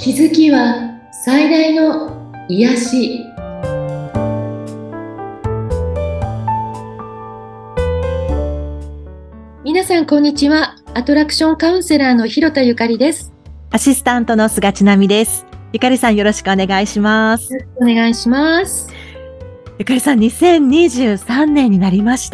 気づきは最大の癒し。皆さんこんにちは。アトラクションカウンセラーの広田ゆかりです。 アシスタントの菅千奈美です。ゆかりさんよろしくお願いします。 よろしくお願いします。 ゆかりさん2023年になりました。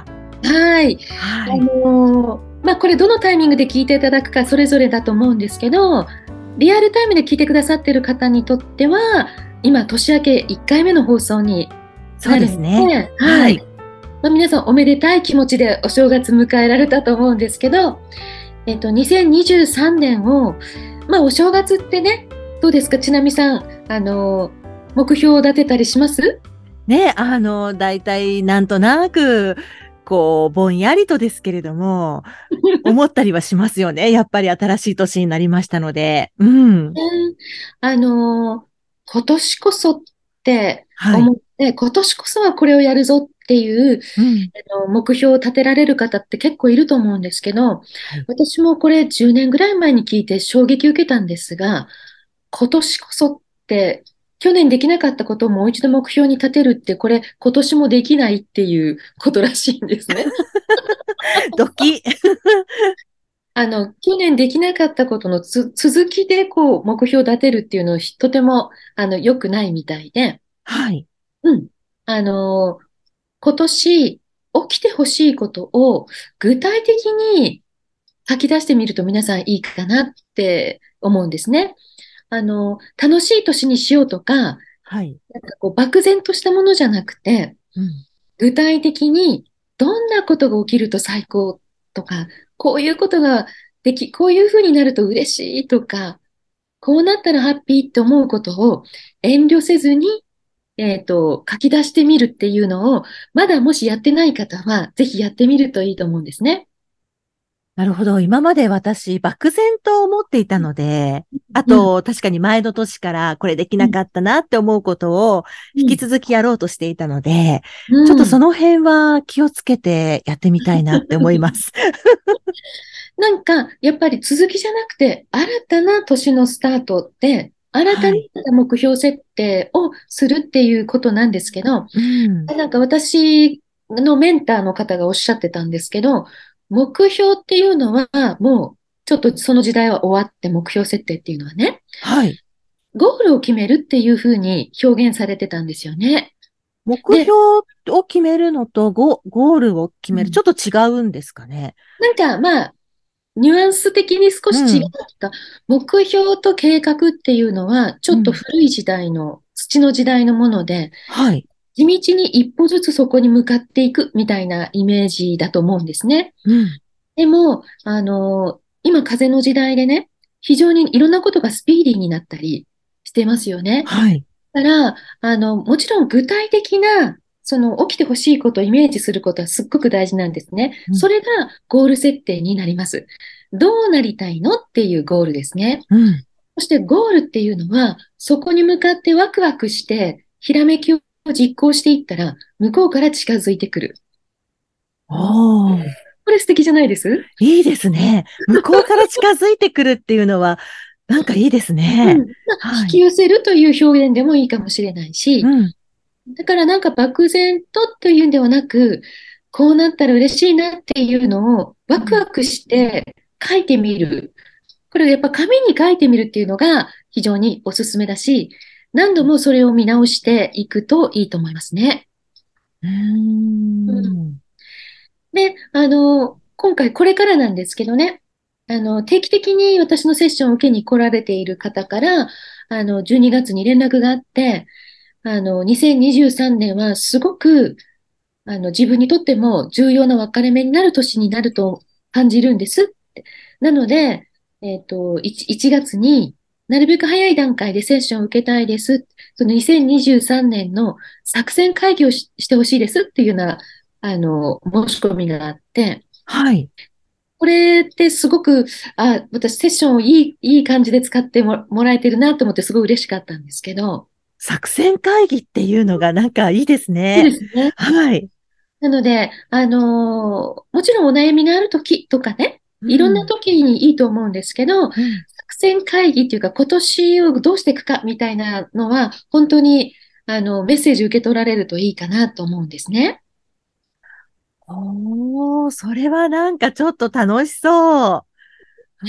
はい。 はい。 これどのタイミングで聞いていただくかそれぞれだと思うんですけど、リアルタイムで聞いてくださっている方にとっては、今年明け1回目の放送にそうなるのですね。 で、はい。 はい。 皆さんおめでたい気持ちでお正月迎えられたと思うんですけど、2023年を、お正月ってね、どうですか、ちなみさん、目標を立てたりします？ ね、だいたいなんとなく、ぼんやりとですけれども、思ったりはしますよね。やっぱり新しい年になりましたので。うん。 うんあの、今年こそってはい。 思って、今年こそはこれをやるぞっていううん。 目標を立てられる方って結構いると思うんですけど、 はい。 私もこれ10年ぐらい前に聞いて衝撃を受けたんですが、今年こそって、去年できなかったことをもう一度目標に立てるって、これ今年もできないっていうことらしいんですね。 ドキ。 去年できなかったことの続きで目標を立てるっていうのをとても良くないみたいで、 はい。 うん。あの、今年起きてほしいことを具体的に書き出してみると皆さんいいかなって思うんですね。楽しい年にしようとか、 はい。 漠然としたものじゃなくて、 うん。 具体的にどんなことが起きると最高とか、こういうことがこういうふうになると嬉しいとか、こうなったらハッピーって思うことを遠慮せずに、書き出してみるっていうのを、まだもしやってない方は、ぜひやってみるといいと思うんですね。 なるほど。今まで私、漠然と思っていたので、あうん、 と、確かに前の年からこれできうん、 なかったなって思うことを引きうん、 続きやろうとしていたので、 うちょっとそん。 の辺は気をつけてやってみたいなって思います。 なんか、やっぱり続きじゃなくて、新たな年のスタートって、新たはい。 に目標設定をするっていうことなんですけど、 うん。 なんか私のメンターの方がおっしゃってたんですけど、目標っていうのはもうちょっとその時代は終わって目標設定っていうのはね、 はい。 ゴールを決めるっていうふうに表現されてたんですよね。 目標で、 を決めるのとゴールを決める、 うんちょっと違うんですかね。 なんかニュアンス的に少うし違うん。 か、目標と計画っていうのはちょっとうん。 古い時代の土の時代のもので、 はい。 地道に一歩ずつそこに向かっていくみたいなイメージだと思うんですね。 うん。 でも、今風の時代でね、非常にいろんなことがスピーディーになったりしてますよね。 はい。 だから、もちろん具体的な、その起きてほしいことをイメージすることはすっごく大事なんですね。 うん。 それがゴール設定になります。どうなりたいのっていうゴールですね。 うん。 そしてゴールっていうのは、そこに向かってワクワクして、ひらめきを実行していったら、向こうから近づいてくる。 おー。 これ素敵じゃないです？ いいですね。向こうから近づいてくるっていうのは、なんかいいですね。 引はい。 き寄せるという表現でもいいかもしれないし、 うん。 だからなんか漠然とというんではなく、こうなったら嬉しいなっていうのをワクうん。 ワクして書いてみる。これやっぱ紙に書いてみるっていうのが非常におすすめだし、何度もそれを見直していくといいと思いますね。 うーうんん。 で、今回これからなんですけどね、定期的に私のセッションを受けに来られている方から、12月に連絡があって、2023年はすごく、自分にとっても重要な分かれ目になる年になると感じるんですって。なので、1月になるべく早い段階でセッションを受けたいです。その2023年の作戦会議をしてほしいですっていうような、申し込みがあって、 はい。 これってすごく、私セッションをいい感じで使ってもらえてるなと思ってすごい嬉しかったんですけど、 作戦会議っていうのがなんかいいですそうでね。 すね。 はい。 なので、もちろんお悩みがあるときとかね、 ういろんなん。 時にいいと思うんですけど、作戦会議っていうか、今年をどうしていくかみたいなのは、本当に、メッセージ受け取られるといいかなと思うんですね。 おー、それはなんかちょっと楽しそう。うん。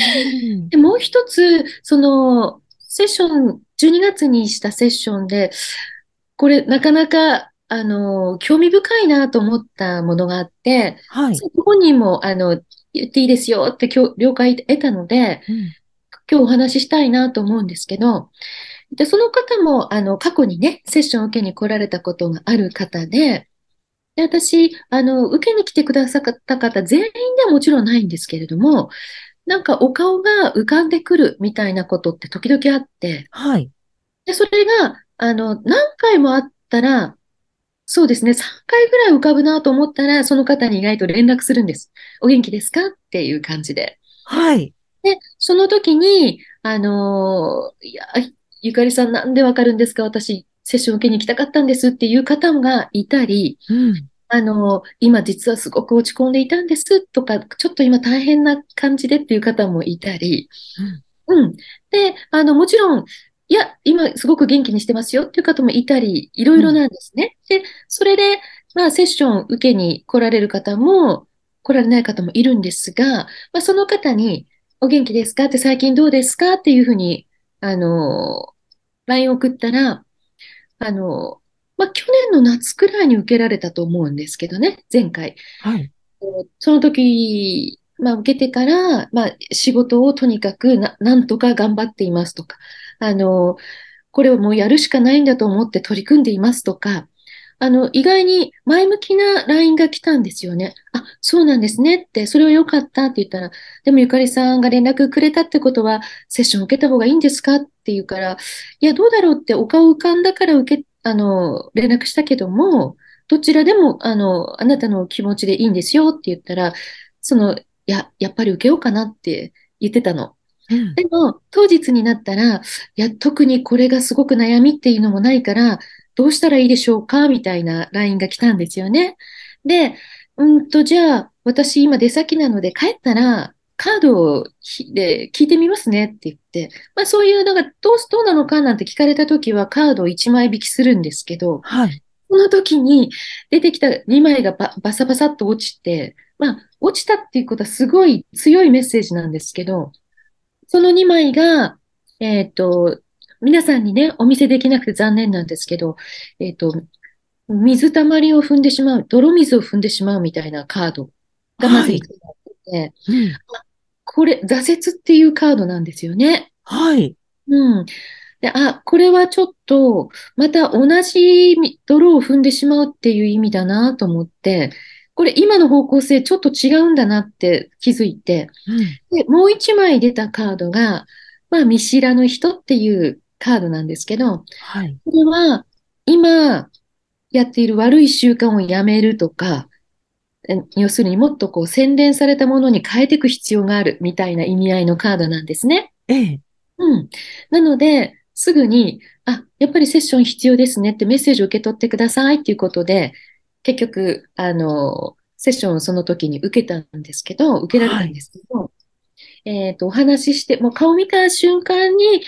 で、もう一つ、セッション、12月にしたセッションで、これ、なかなか、興味深いなと思ったものがあって、 はい。 本人も、言っていいですよって今日、了解得たので、 うん。 今日お話ししたいなと思うんですけど、で、その方も、過去にね、セッションを受けに来られたことがある方で、私、受けに来てくださった方、全員ではもちろんないんですけれども、なんかお顔が浮かんでくるみたいなことって時々あって、 はい。 で、それが、何回もあったら、そうですね、3回ぐらい浮かぶなと思ったら、その方に意外と連絡するんです。お元気ですかっていう感じで。 はい。 で、その時に、いや、ゆかりさんなんでわかるんですか？私、セッション受けに行きたかったんですっていう方がいたり、 うん。 今実はすごく落ち込んでいたんですとか、ちょっと今大変な感じでっていう方もいたり、 うん。 うん。で、もちろん、いや、今すごく元気にしてますよっていう方もいたり、いろうん。 いろなんですね。で、それで、まあ、セッション受けに来られる方も、来られない方もいるんですが、まあ、その方に、お元気ですかって最近どうですかっていうふうに、あの、LINE を送ったら、あの、まあ、去年の夏くらいに受けられたと思うんですけどね、前回。 はい。 その時、まあ、受けてから、まあ、仕事をとにかくなんとか頑張っていますとか、あの、これをもうやるしかないんだと思って取り組んでいますとか、意外に前向きな LINE が来たんですよね。あ、そうなんですねって、それは良かったって言ったら、でもゆかりさんが連絡くれたってことは、セッション受けた方がいいんですかって言うから、いや、どうだろうってお顔浮かんだから連絡したけども、どちらでも、あなたの気持ちでいいんですよって言ったら、やっぱり受けようかなって言ってたの。 うん。 でも、当日になったら、いや、特にこれがすごく悩みっていうのもないから、どうしたらいいでしょうかみたいな LINE が来たんですよね。で、じゃあ、私今出先なので帰ったら、カードで聞いてみますねって言って、まあそういうのがどうなのかなんて聞かれたときはカードを1枚引きするんですけど、 はい。 その時に出てきた2枚がバサバサっと落ちて、まあ落ちたっていうことはすごい強いメッセージなんですけど、その2枚が、えっと、皆さんにね、お見せできなくて残念なんですけど、えっと、水たまりを踏んでしまう、泥水を踏んでしまうみたいなカードがまはい。 ずいつもあってて、 うん。 これ、挫折っていうカードなんですよね。 はい。 うん。で、これはちょっと、また同じ泥を踏んでしまうっていう意味だなと思って、これ今の方向性ちょっと違うんだなって気づいて、 うん。 で、もう一枚出たカードが、まあ、見知らぬ人っていうカードなんですけど、 はい。 これは、今やっている悪い習慣をやめるとか、要するにもっとこう洗練されたものに変えていく必要があるみたいな意味合いのカードなんですね。 ええ。 うん。なので、すぐに、やっぱりセッション必要ですねってメッセージを受け取ってくださいっていうことで、結局、セッションをその時に受けたんですけど、受けられたんはい。 ですけど、お話しして、もう顔見た瞬間に、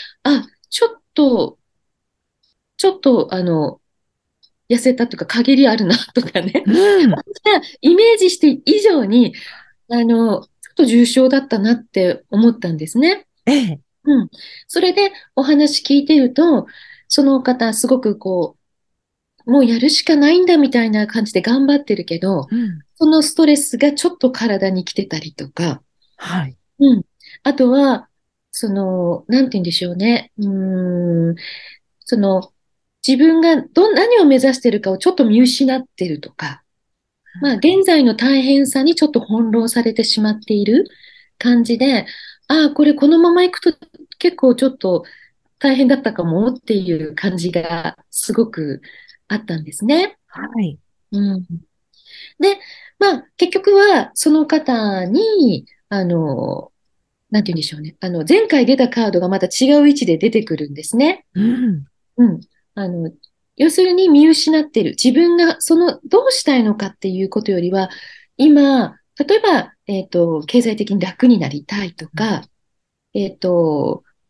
ちょっと、痩せたとか、陰りあるなとかね。 うん。 イメージして以上に、ちょっと重症だったなって思ったんですね。 ええ。 うん。それでお話聞いてると、その方、すごくこう、もうやるしかないんだみたいな感じで頑張ってるけど、 うん。 そのストレスがちょっと体に来てたりとか、 はい。 うん。あとは、なんて言うんでしょうね。その、自分が何を目指してるかをちょっと見失ってるとか、まあ、現在の大変さにちょっと翻弄されてしまっている感じで、これこのまま行くと結構ちょっと大変だったかもっていう感じがすごくあったんですね。 はい。 うん。で、まあ、結局はその方に、なんて言うんでしょうね。前回出たカードがまた違う位置で出てくるんですね。 うん。 うん。あの、要するに見失っている。自分がどうしたいのかっていうことよりは、今、例えば、経済的に楽になりたいとか、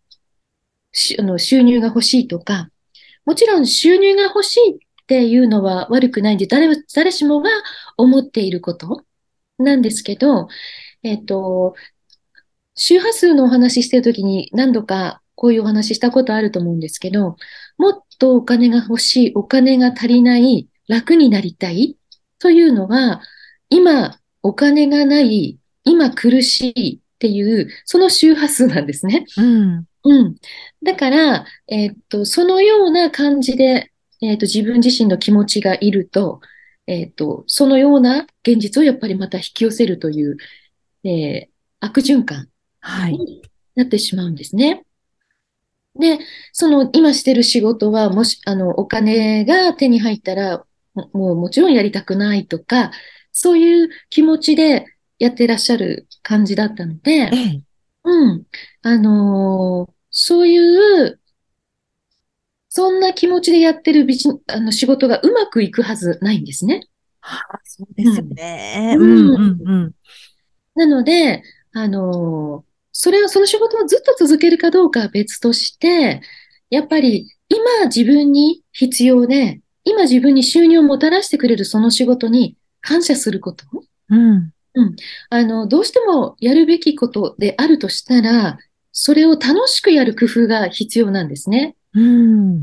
収入が欲しいとか、もちろん収入が欲しいっていうのは悪くないんで、誰しもが思っていることなんですけど、えっと、周波数のお話ししてるときに何度かこういうお話ししたことあると思うんですけど、もっとお金が欲しい、お金が足りない、楽になりたいというのは、今お金がない、今苦しいっていう、その周波数なんですね。 うん。 うん。だから、そのような感じで、自分自身の気持ちがいると、そのような現実をやっぱりまた引き寄せるという、悪循環はい。 になってしまうんですね。で、その今してる仕事は、もし、お金が手に入ったら、もうもちろんやりたくないとか、そういう気持ちでやってらっしゃる感じだったので、 ええ。 うん。そういう、そんな気持ちでやってる仕事がうまくいくはずないんですね。 はあ、そうですようん。 ね。うん、 うん。 うん、うん。 なので、その仕事をずっと続けるかどうかは別として、やっぱり今自分に必要で、今自分に収入をもたらしてくれるその仕事に感謝すること。 うん。 うん。どうしてもやるべきことであるとしたら、それを楽しくやる工夫が必要なんですね。 うん。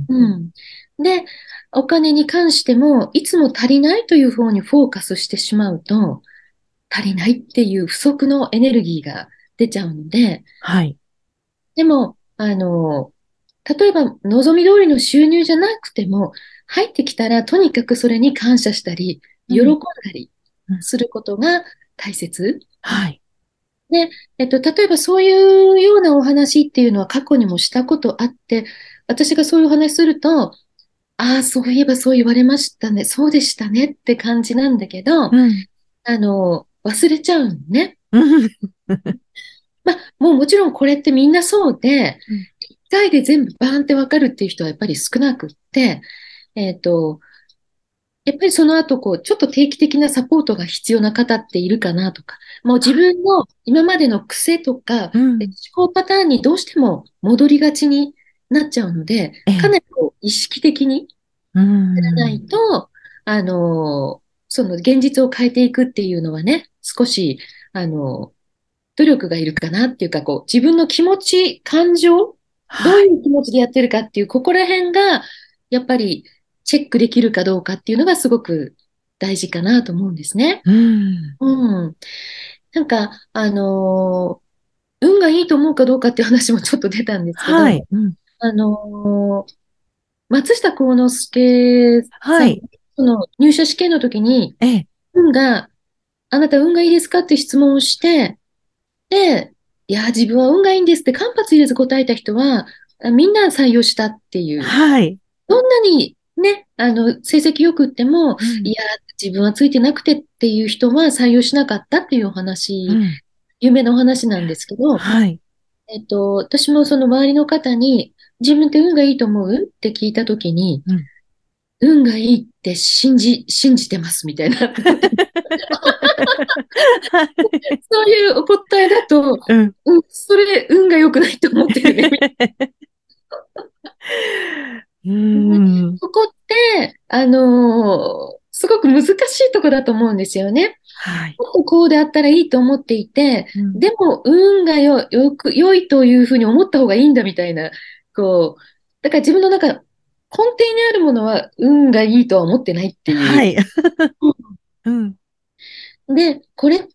うん。で、お金に関しても、いつも足りないという方にフォーカスしてしまうと、足りないっていう不足のエネルギーが出ちゃうので、 はい。 でも、例えば望み通りの収入じゃなくても、入ってきたらとにかくそれに感謝したり、喜んうん。 だりうん。 することが大切。 はい。 で、例えばそういうようなお話っていうのは過去にもしたことあって、私がそういうお話すると、ああ、そういえばそう言われましたね。そうでしたねって感じなんだけど、 うん。 忘れちゃうのね。 うん。 まあ、もうもちろんこれってみんなそうで、 うん。 一回で全部バーンってわかるっていう人はやっぱり少なくって、えっと、やっぱりその後、ちょっと定期的なサポートが必要な方っているかなとか、もう自分の今までの癖とか、思うん。 考パターンにどうしても戻りがちになっちゃうので、 ええ。 かなり意識的にうやらなん。 いと、その現実を変えていくっていうのはね、少し、あの、努力がいるかなっていうか、自分の気持ち、感情、どういはい。 う気持ちでやってるかっていう、ここら辺が、やっぱりチェックできるかどうかっていうのがすごく大事かなと思うんですね。 うん。 うん。なんか、運がいいと思うかどうかっていう話もちょっと出たんですけど、 はい。うん。 あの松下幸之助さん、 はい。 その入社試験の時に、 ええ。 運が、あなた運がいいですかって質問をして、で、いや、自分は運がいいんですって間髪入れず答えた人は、みんな採用したっていう。 はい。 どんなにね、成績良くっても、 うん。 いや、自分はついてなくてっていう人は採用しなかったっていうお話、 うん。 有名なお話なんですけど、 はい。 私もその周りの方に、自分って運がいいと思うって聞いたときに、 うん。 運がいいって信じてますみたいな。 はい。 そういうお答えだと、 うん。 うん、それ運が良くないと思ってるね。 うね、 ん。 そこって、すごく難しいとこだと思うんですよね。 はい。 もっとこうであったらいいと思っていて、 うん。 でも運が良いというふうに思った方がいいんだみたいな、だから自分の中、根底にあるものは運がいいとは思ってないっていう。 はい。うん。 で、これって、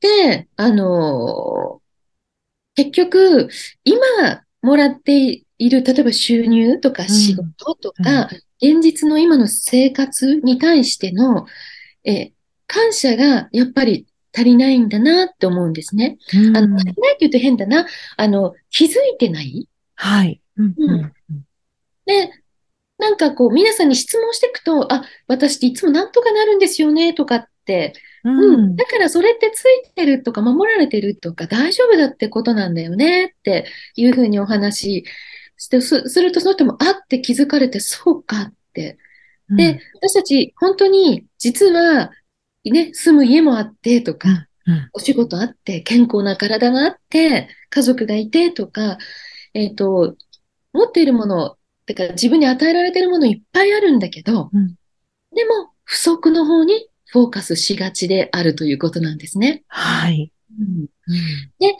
結局、今もらっている、例えば収入とか仕うん。 事とうん。 か、現実の今の生活に対しての、え、感謝がやっぱり足りないんだなって思うんですね。 う足ん。 りないって言うと変だな。気づいてない。 はい。うん。ううん。 ん。うん。 で、なんか皆さんに質問していくと、あ、私っていつもなんとかなるんですよね、とかって、 ううん。 ん。 だからそれってついてるとか守られてるとか大丈夫だってことなんだよねっていうふうにお話しして、するとその人もあって気づかれて、そうかって。で、 うん。 私たち本当に実はね、住む家もあってとか、 うん。うん。 お仕事あって、健康な体があって、家族がいてとか、えっと、 持っているもの、てか自分に与えられているものいっぱいあるんだけど、 うん。 でも不足の方にフォーカスしがちであるということなんですね。 はい。 うん、 うん。 で、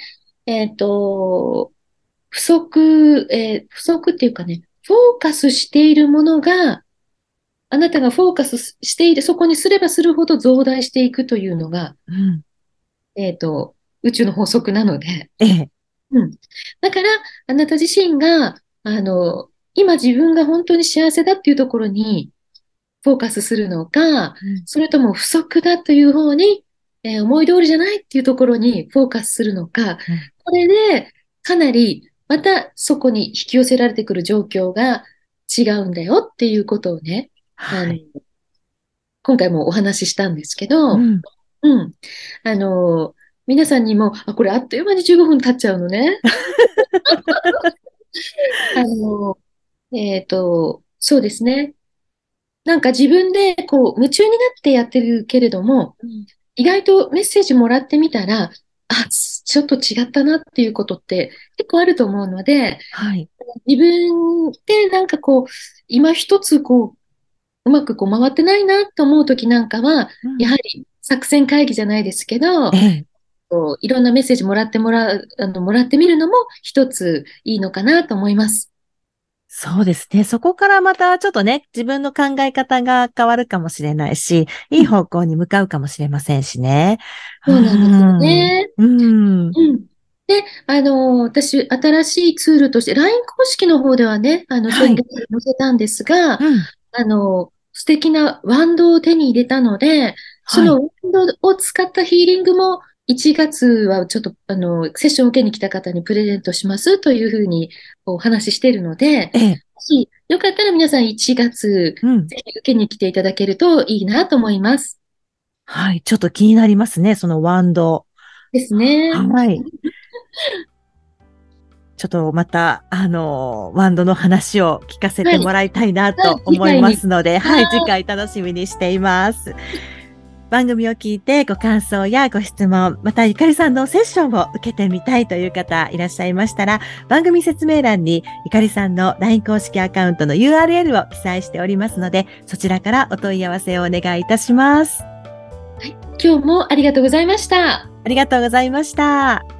不足っていうかね、フォーカスしているものが、あなたがフォーカスしている、そこにすればするほど増大していくというのが、 うん。 宇宙の法則なので、 ええ。 うん。だから、あなた自身が、今自分が本当に幸せだっていうところにフォーカスするのか、 うん。 それとも不足だという方に、思い通りじゃないっていうところにフォーカスするのか、 うん。 これでかなりまたそこに引き寄せられてくる状況が違うんだよっていうことをね、あの、 はい。 今回もお話ししたんですけど、 うん。 うん。あの、皆さんにも、これあっという間に15分経っちゃうのね。あの、そうですね。なんか自分でこう夢中になってやってるけれども、 うん。 意外とメッセージもらってみたら、ちょっと違ったなっていうことって結構あると思うので、 はい。 自分でなんかこう、今一つこう、うまくこう回ってないなと思うときなんかは、 うん。 やはり作戦会議じゃないですけど、 ええ。 こういろんなメッセージもらってみるのも一ついいのかなと思います。 そうですね。そこからまたちょっとね、自分の考え方が変わるかもしれないし、いいうん、 方向に向かうかもしれませんしね。うーそうなんですよん。うね。 ーん。 うん。で、私、新しいツールとして、LINE 公式の方ではね、宣言はい。 載せたんですが、 うん。 素敵なワンドを手に入れたので、そはい。 のワンドを使ったヒーリングも、1月はちょっと、セッションを受けに来た方にプレゼントしますというふうにお話ししているので、 ええ。 もしよかったら皆さん1月、 うん。 ぜひ受けに来ていただけるといいなと思います。 はい。ちょっと気になりますね。そのワンド。 ですね。 はい。ちょっとまた、ワンドの話を聞かせはい。 てもらいたいなはい、 と思い次回に。 ますので、はい。次は回楽しみにしています。番組を聞いてご感想やご質問、またゆかりさんのセッションを受けてみたいという方いらっしゃいましたら、番組説明欄にゆかりさんの LINE 公式アカウントの URL を記載しておりますので、そちらからお問い合わせをお願いいたします。 い、今日もありがとうございました。 ありがとうございました。